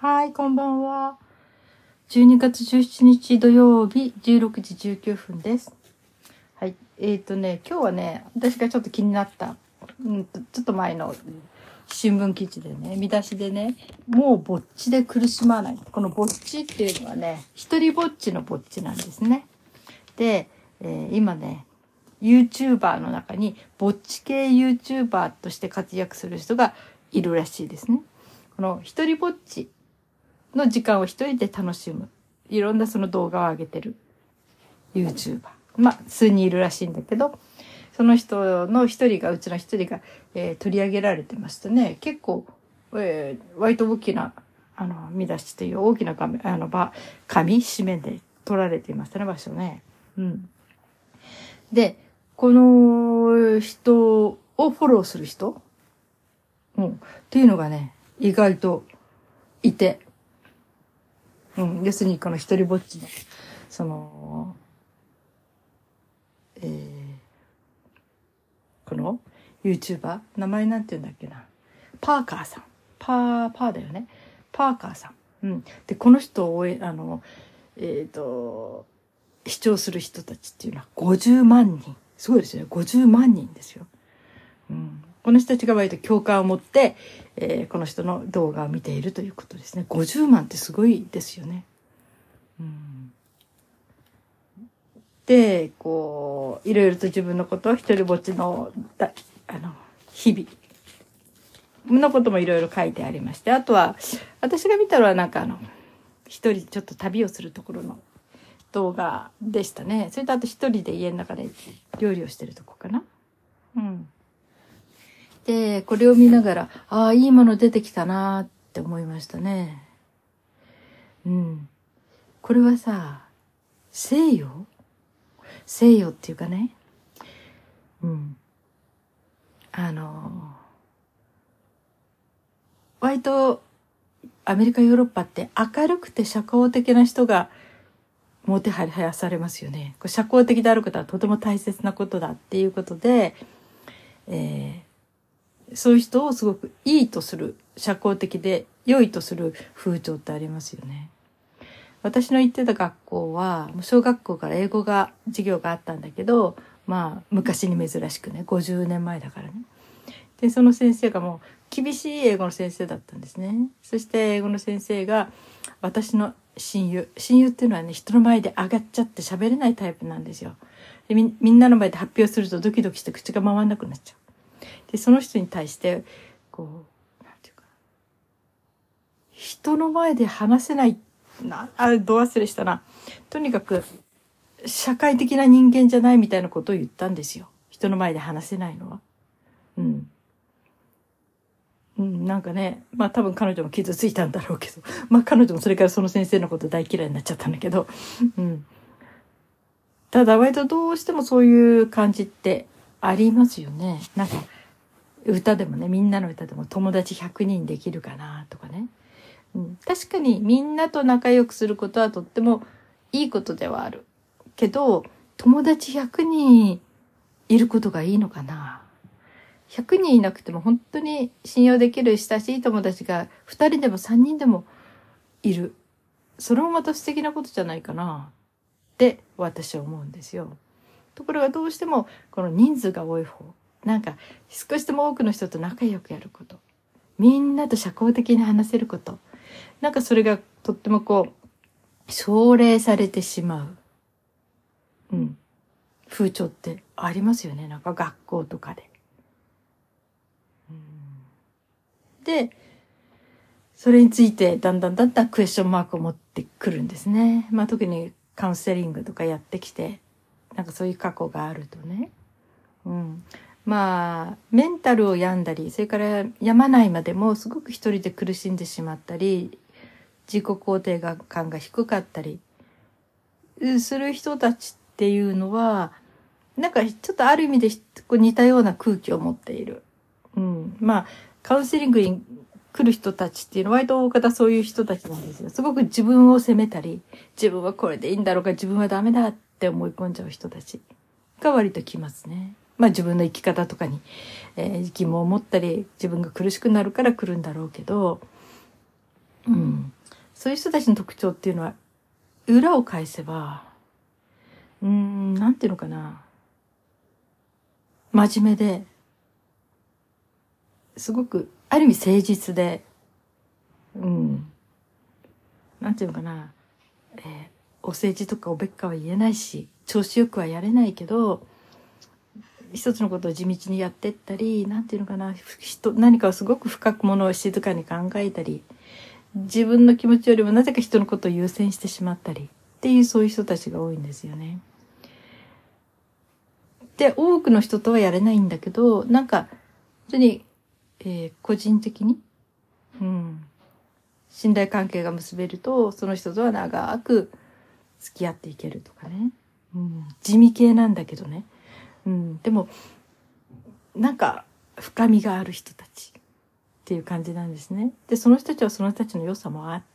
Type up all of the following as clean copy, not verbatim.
はい、こんばんは。12月17日土曜日16時19分です。はい、今日はね、私がちょっと気になった、ちょっと前の新聞記事でね、見出しでね、もうぼっちで苦しまない。このぼっちっていうのはね、一人ぼっちのぼっちなんですね。で、今ね、YouTuber の中にぼっち系 YouTuber として活躍する人がいるらしいですね。この一人ぼっちの時間を一人で楽しむ。いろんなその動画を上げてる YouTuber。数人いるらしいんだけど、その人の一人が、うちの一人が、取り上げられてましたね。結構、割と大きな、見出しという大きな紙面で撮られていましたね、場所ね。で、この人をフォローする人、っていうのがね、意外といて、要するにこの一人ぼっちの、その、この YouTuber、名前なんて言うんだっけな。パーカーさん。パーだよね。パーカーさん。で、この人を、視聴する人たちっていうのは50万人。すごいですよね。50万人ですよ。この人たちが割と共感を持って、この人の動画を見ているということですね。50万ってすごいですよね。で、こう、いろいろと自分のことを一人ぼっちの、日々のこともいろいろ書いてありまして、あとは、私が見たのは一人ちょっと旅をするところの動画でしたね。それとあと一人で家の中で料理をしてるとこかな。で、これを見ながら、いいもの出てきたなーって思いましたね。これはさ、西洋っていうかね、割とアメリカ、ヨーロッパって明るくて社交的な人がもてはやされますよね。社交的であることはとても大切なことだっていうことで、そういう人をすごくいいとする、社交的で良いとする風潮ってありますよね。私の行ってた学校は、小学校から英語が授業があったんだけど、昔に珍しくね、50年前だからね。で、その先生がもう厳しい英語の先生だったんですね。そして英語の先生が、私の親友っていうのはね、人の前で上がっちゃって喋れないタイプなんですよ。で、みんなの前で発表するとドキドキして口が回んなくなっちゃう。で、その人に対して、なんていうかな。人の前で話せないど忘れしたな。とにかく、社会的な人間じゃないみたいなことを言ったんですよ。人の前で話せないのは。なんかね、多分彼女も傷ついたんだろうけど、彼女もそれからその先生のこと大嫌いになっちゃったんだけど、ただ割とどうしてもそういう感じってありますよね。なんか、歌でもね、みんなの歌でも友達100人できるかなとかね。確かにみんなと仲良くすることはとってもいいことではある。けど、友達100人いることがいいのかな。100人いなくても本当に信用できる親しい友達が2人でも3人でもいる。それもまた素敵なことじゃないかなって私は思うんですよ。ところがどうしてもこの人数が多い方、なんか少しでも多くの人と仲良くやること、みんなと社交的に話せること、なんかそれがとっても奨励されてしまう、風潮ってありますよね。なんか学校とかで。で、それについてだんだんクエスチョンマークを持ってくるんですね。特にカウンセリングとかやってきて、なんかそういう過去があるとね。メンタルを病んだり、それから病まないまでもすごく一人で苦しんでしまったり、自己肯定感が低かったりする人たちっていうのは、なんかちょっとある意味で似たような空気を持っている。カウンセリングに来る人たちっていうのは割と大方そういう人たちなんですよ。すごく自分を責めたり、自分はこれでいいんだろうか、自分はダメだって思い込んじゃう人たちが割と来ますね。自分の生き方とかに、疑問を持ったり、自分が苦しくなるから来るんだろうけど、 そういう人たちの特徴っていうのは、裏を返せば、なんていうのかな。真面目で、すごく、ある意味誠実で、なんていうのかな。お世辞とかおべっかは言えないし、調子よくはやれないけど、一つのことを地道にやってったり、なんていうのかな、何かをすごく深くものを静かに考えたり、自分の気持ちよりもなぜか人のことを優先してしまったりっていう、そういう人たちが多いんですよね。で、多くの人とはやれないんだけど、なんか本当に、個人的に、信頼関係が結べると、その人とは長く付き合っていけるとかね。地味系なんだけどね。でもなんか深みがある人たちっていう感じなんですね。で、その人たちはその人たちの良さもあって、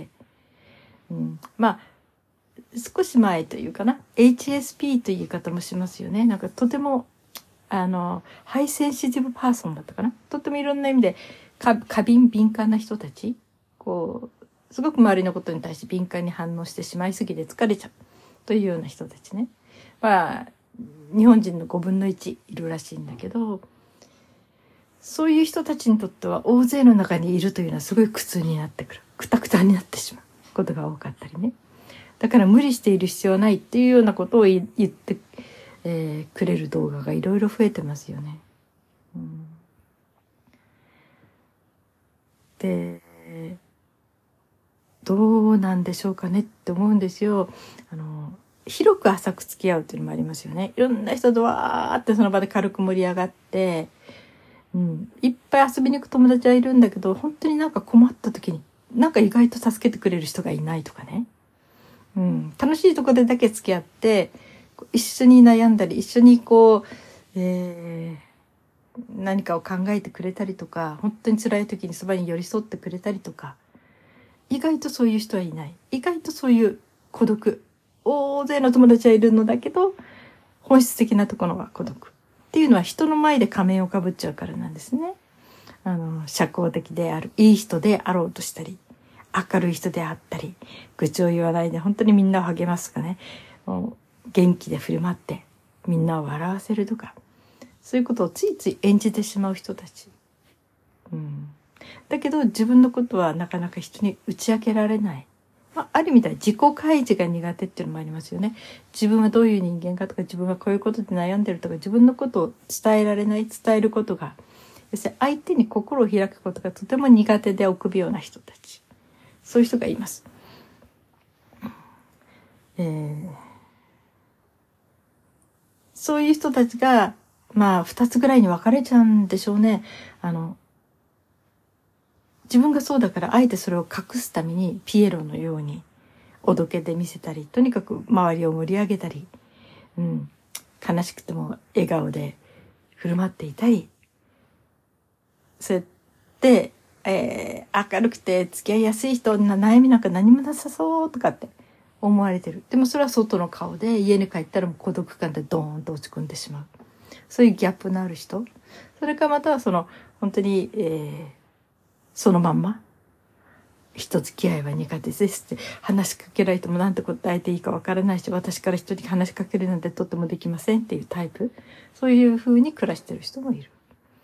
まあ少し前というかな、HSP という言い方もしますよね。なんかとてもハイセンシティブパーソンだったかな。とてもいろんな意味で過敏敏感な人たち、こうすごく周りのことに対して敏感に反応してしまいすぎて疲れちゃうというような人たちね。まあ日本人の1/5いるらしいんだけど、そういう人たちにとっては大勢の中にいるというのはすごい苦痛になってくる。くたくたになってしまうことが多かったりね。だから無理している必要はないっていうようなことを言って、くれる動画がいろいろ増えてますよね。で、どうなんでしょうかねって思うんですよ。広く浅く付き合うっていうのもありますよね。いろんな人とわーってその場で軽く盛り上がって、いっぱい遊びに行く友達はいるんだけど、本当になんか困った時になんか意外と助けてくれる人がいないとかね。楽しいとこでだけ付き合って一緒に悩んだり、一緒に何かを考えてくれたりとか、本当に辛い時にそばに寄り添ってくれたりとか、意外とそういう人はいない。意外とそういう孤独、大勢の友達はいるのだけど本質的なところは孤独っていうのは、人の前で仮面をかぶっちゃうからなんですね。社交的である、いい人であろうとしたり、明るい人であったり、愚痴を言わないで本当にみんなを励ますかね、元気で振る舞ってみんなを笑わせるとか、そういうことをついつい演じてしまう人たち。だけど自分のことはなかなか人に打ち明けられない。ある意味では自己開示が苦手っていうのもありますよね。自分はどういう人間かとか、自分はこういうことで悩んでるとか、自分のことを伝えられない、伝えることが、要するに相手に心を開くことがとても苦手で臆病な人たち。そういう人がいます。そういう人たちが、2つぐらいに分かれちゃうんでしょうね。自分がそうだからあえてそれを隠すためにピエロのようにおどけで見せたり、とにかく周りを盛り上げたり、悲しくても笑顔で振る舞っていたり、そうやって明るくて付き合いやすい人、悩みなんか何もなさそうとかって思われてる。でもそれは外の顔で、家に帰ったらもう孤独感でドーンと落ち込んでしまう。そういうギャップのある人。それかまたは本当に、そのまんま人付き合いは苦手ですって話しかけられても何て答えていいかわからないし、私から人に話しかけるなんてとってもできませんっていうタイプ。そういう風に暮らしてる人もいる。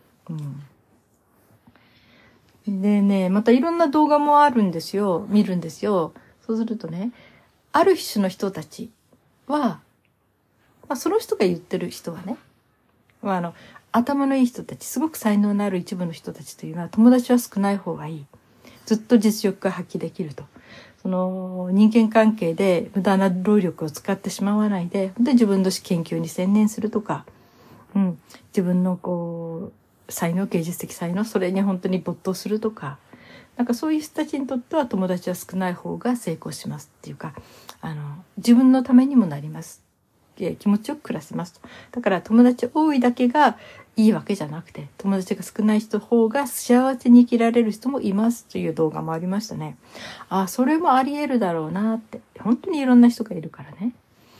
でね、またいろんな動画もあるんですよ。見るんですよ。そうするとね、ある種の人たちは、その人が言ってる人はね、頭のいい人たち、すごく才能のある一部の人たちというのは友達は少ない方がいい。ずっと実力が発揮できると。その人間関係で無駄な労力を使ってしまわないで、自分の研究に専念するとか、自分の才能、芸術的才能、それに本当に没頭するとか、なんかそういう人たちにとっては友達は少ない方が成功しますっていうか、自分のためにもなります。気持ちよく暮らせますと。だから友達多いだけがいいわけじゃなくて、友達が少ない人方が幸せに生きられる人もいますという動画もありましたね。それもあり得るだろうなって。本当にいろんな人がいるからね。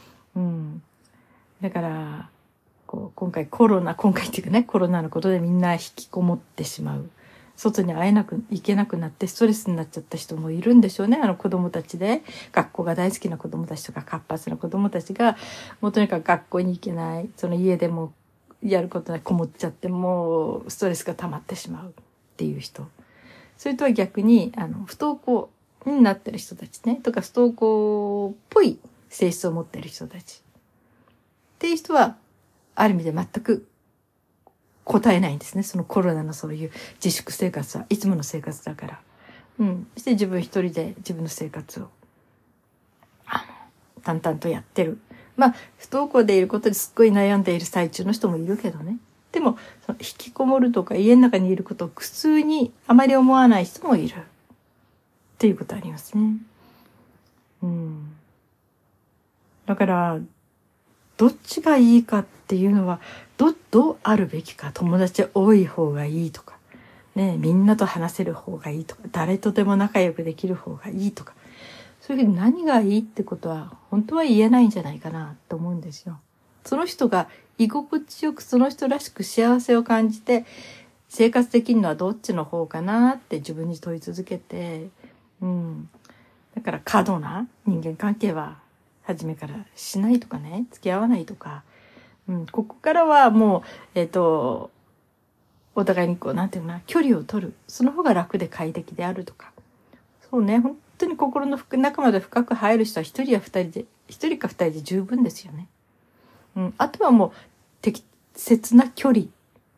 だから今回っていうかね、コロナのことでみんな引きこもってしまう。 外に行けなくなってストレスになっちゃった人もいるんでしょうね。子供たちで、学校が大好きな子供たちとか活発な子供たちが、もうとにかく学校に行けない、その家でもやることなくこもっちゃって、もうストレスが溜まってしまうっていう人。それとは逆に、不登校になってる人たちね、とか不登校っぽい性質を持ってる人たち。っていう人は、ある意味で全く答えないんですね。そのコロナのそういう自粛生活はいつもの生活だから。そして自分一人で自分の生活を、淡々とやってる。不登校でいることですっごい悩んでいる最中の人もいるけどね。でも、引きこもるとか家の中にいることを苦痛にあまり思わない人もいる。っていうことありますね。だから、どっちがいいかっていうのは、どうあるべきか。友達多い方がいいとか、ね、みんなと話せる方がいいとか、誰とでも仲良くできる方がいいとか、そういうふうに何がいいってことは、本当は言えないんじゃないかなと思うんですよ。その人が居心地よくその人らしく幸せを感じて、生活できるのはどっちの方かなって自分に問い続けて、だから過度な人間関係は初めからしないとかね、付き合わないとか、ここからはもう、お互いになんていうのかな、距離を取る。その方が楽で快適であるとか。そうね、本当に心の中まで深く入る人は一人か二人で十分ですよね。あとはもう適切な距離。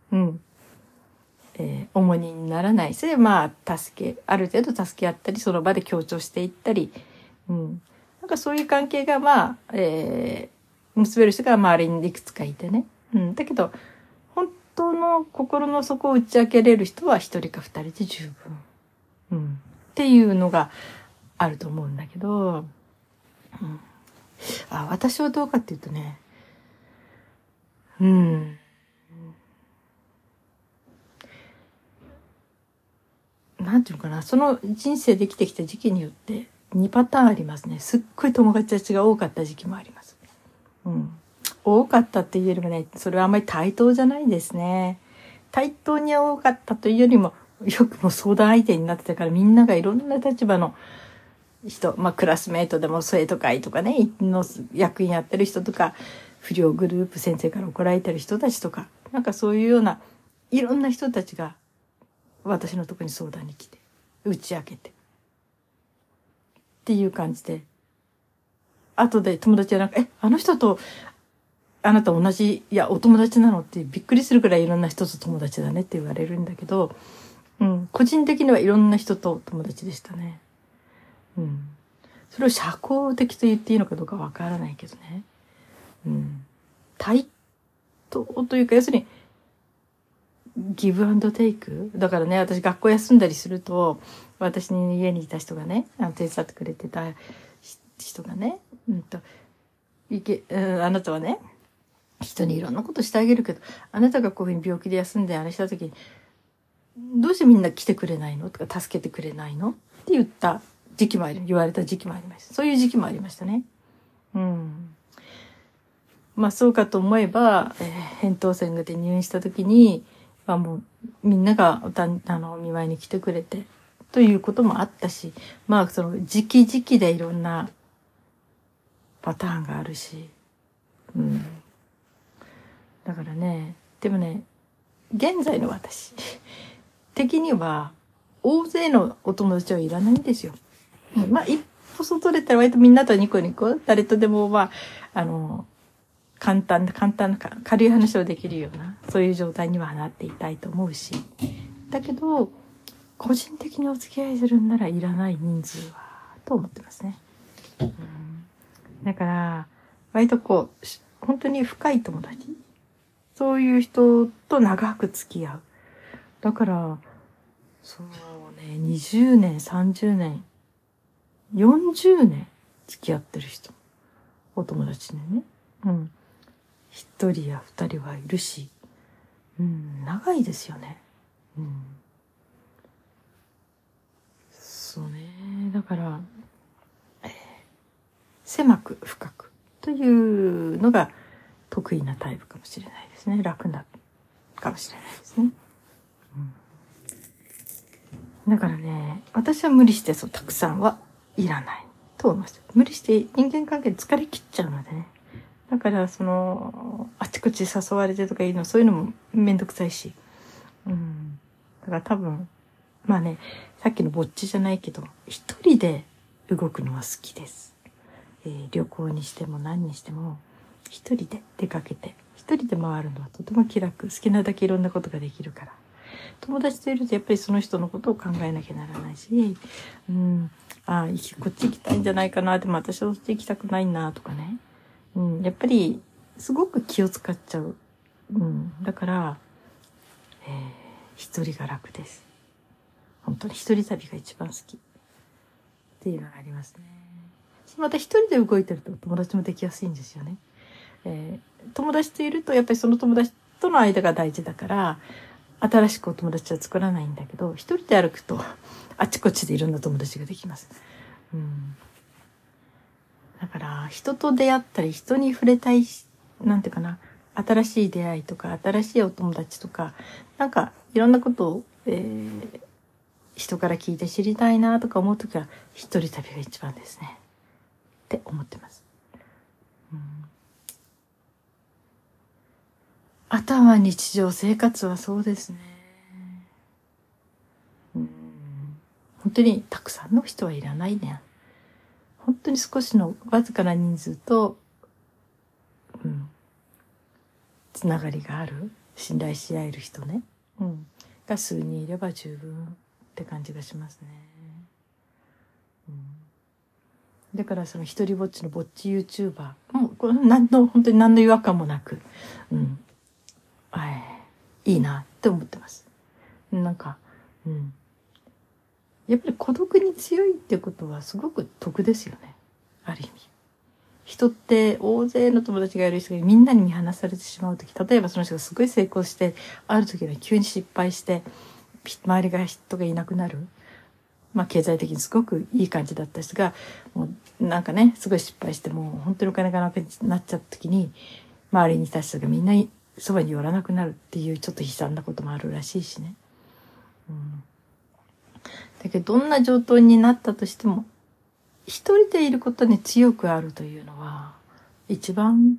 重荷にならない。それである程度助け合ったり、その場で協調していったり、なんかそういう関係が結べる人が周りにいくつかいてね。だけど、本当の心の底を打ち明けれる人は一人か二人で十分。っていうのがあると思うんだけど、私はどうかっていうとね、なんていうのかな、その人生で生きてきた時期によって2パターンありますね。すっごい友達たちが多かった時期もあります。多かったっていうよりもね、それはあんまり対等じゃないですね。対等に多かったというよりも、よくも相談相手になってたから、みんながいろんな立場の人、クラスメートでも生徒会とかね、の役員やってる人とか、不良グループ先生から怒られてる人たちとか、なんかそういうようないろんな人たちが私のとこに相談に来て、打ち明けて。っていう感じで。後で友達はなんか、あの人とあなた同じ、いや、お友達なのってびっくりするくらいいろんな人と友達だねって言われるんだけど、個人的にはいろんな人と友達でしたね。それを社交的と言っていいのかどうかわからないけどね。対等というか、要するに、ギブアンドテイクだからね、私学校休んだりすると、私に家にいた人がね、手伝ってくれてた人がね、あなたはね、人にいろんなことしてあげるけど、あなたがこういうふうに病気で休んであれした時に、どうしてみんな来てくれないのとか助けてくれないのって言われた時期もありました。そういう時期もありましたね。そうかと思えば、扁桃腺で入院した時に、もうみんなが見舞いに来てくれてということもあったし、その時期でいろんなパターンがあるし、だからね、でもね、現在の私的には大勢のお友達はいらないんですよ。一歩外出たら割とみんなとニコニコ、誰とでも簡単な軽い話をできるような、そういう状態にはなっていたいと思うし、だけど個人的にお付き合いするんならいらない人数はと思ってますね。だから割と本当に深い友達、そういう人と長く付き合う。だからそうね、20年30年40年付き合ってる人、お友達でね、1人や2人はいるし、長いですよね。そうね、だから、狭く深くというのが得意なタイプかもしれないですね。楽なかもしれないですね。 だからね、私は無理してたくさんはいらないと思います。無理して人間関係で疲れ切っちゃうのでね。だからあちこち誘われてとかいうの、そういうのもめんどくさいし。だから多分、まあね、さっきのぼっちじゃないけど、一人で動くのは好きです。旅行にしても何にしても、一人で出かけて、一人で回るのはとても気楽。好きなだけいろんなことができるから。友達といるとやっぱりその人のことを考えなきゃならないし、こっち行きたいんじゃないかな、でも私はそっち行きたくないなとかね。やっぱりすごく気を使っちゃう。だから、一人が楽です。本当に一人旅が一番好きっていうのがありますね。また一人で動いてると友達もできやすいんですよね。友達といるとやっぱりその友達との間が大事だから、新しくお友達は作らないんだけど、一人で歩くとあちこちでいろんな友達ができます。だから人と出会ったり人に触れたい、なんていうかな、新しい出会いとか新しいお友達とか、なんかいろんなことを、人から聞いて知りたいなとか思うときは一人旅が一番ですねって思ってます。あとは日常生活はそうですね。本当にたくさんの人はいらないね。本当に少しのわずかな人数と、つながりがある、信頼し合える人ね、が数人いれば十分って感じがしますね。だからその一人ぼっちのぼっち YouTuber もうこれ本当に何の違和感もなく、いいなって思ってます。なんか、やっぱり孤独に強いってことはすごく得ですよね。ある意味。人って大勢の友達がいる人がみんなに見放されてしまうとき、例えばその人がすごい成功して、ある時には急に失敗して、周りが人がいなくなる。経済的にすごくいい感じだった人が、もうなんかね、すごい失敗して、もう本当にお金がなくなっちゃった時に、周りにいた人がみんなそばに寄らなくなるっていうちょっと悲惨なこともあるらしいしね。だけどどんな状態になったとしても、一人でいることに強くあるというのは、一番、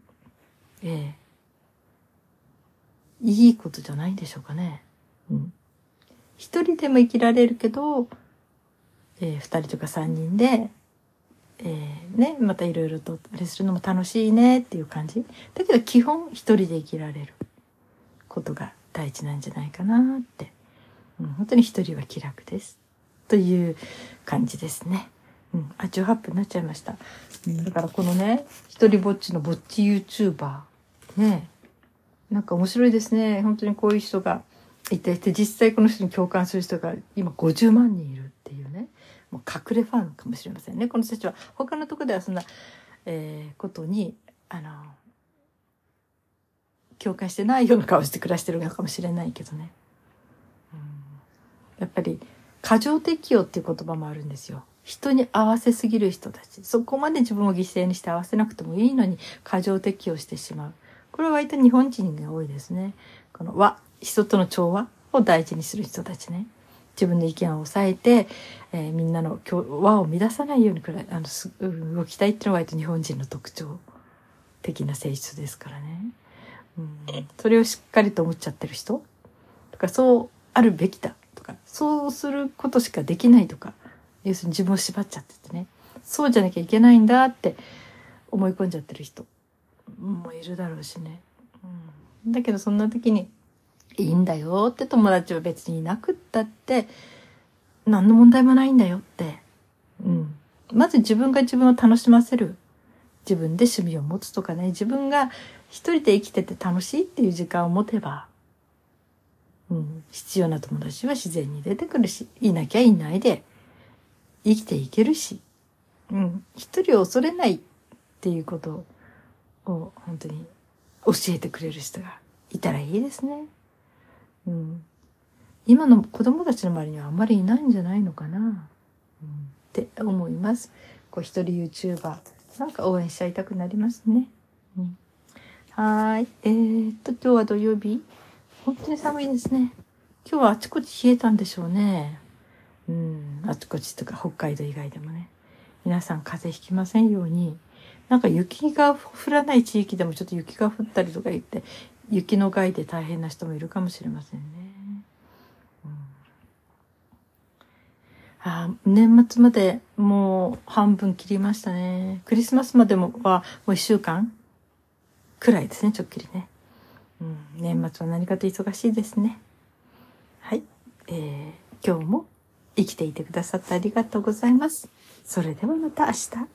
いいことじゃないでしょうかね。一人でも生きられるけど、二人とか三人で、またいろいろとあれするのも楽しいねっていう感じ。だけど基本一人で生きられることが大事なんじゃないかなって。本当に一人は気楽です。という感じですね。18分になっちゃいました。だからこのね、一人ぼっちのぼっち YouTuber。なんか面白いですね。本当にこういう人がいて、実際この人に共感する人が今50万人いるっていうね。もう隠れファンかもしれませんね。この人たちは他のところではそんな、ことに、共感してないような顔して暮らしてるのかもしれないけどね。やっぱり過剰適応っていう言葉もあるんですよ。人に合わせすぎる人たち。そこまで自分を犠牲にして合わせなくてもいいのに過剰適応してしまう。これは割と日本人が多いですね。この人との調和を大事にする人たちね。自分の意見を抑えて、みんなの和を乱さないように動きたいっていうのは割と日本人の特徴的な性質ですからね。それをしっかりと思っちゃってる人とか、そうあるべきだとか、そうすることしかできないとか、要するに自分を縛っちゃっててね、そうじゃなきゃいけないんだって思い込んじゃってる人もいるだろうしね。だけどそんな時にいいんだよって、友達は別にいなくったって何の問題もないんだよって、まず自分が自分を楽しませる、自分で趣味を持つとかね、自分が一人で生きてて楽しいっていう時間を持てば、必要な友達は自然に出てくるし、いなきゃいないで生きていけるし、一人を恐れないっていうことを本当に教えてくれる人がいたらいいですね。今の子供たちの周りにはあんまりいないんじゃないのかな、って思います。一人 YouTuber なんか応援しちゃいたくなりますね。はい。今日は土曜日。本当に寒いですね。今日はあちこち冷えたんでしょうね。 あちこちとか北海道以外でもね、皆さん風邪ひきませんように。なんか雪が降らない地域でもちょっと雪が降ったりとか言って、雪の害で大変な人もいるかもしれませんね。年末までもう半分切りましたね。クリスマスまではもう1週間くらいですね、ちょっきりね。年末は何かと忙しいですね。はい。今日も生きていてくださってありがとうございます。それではまた明日。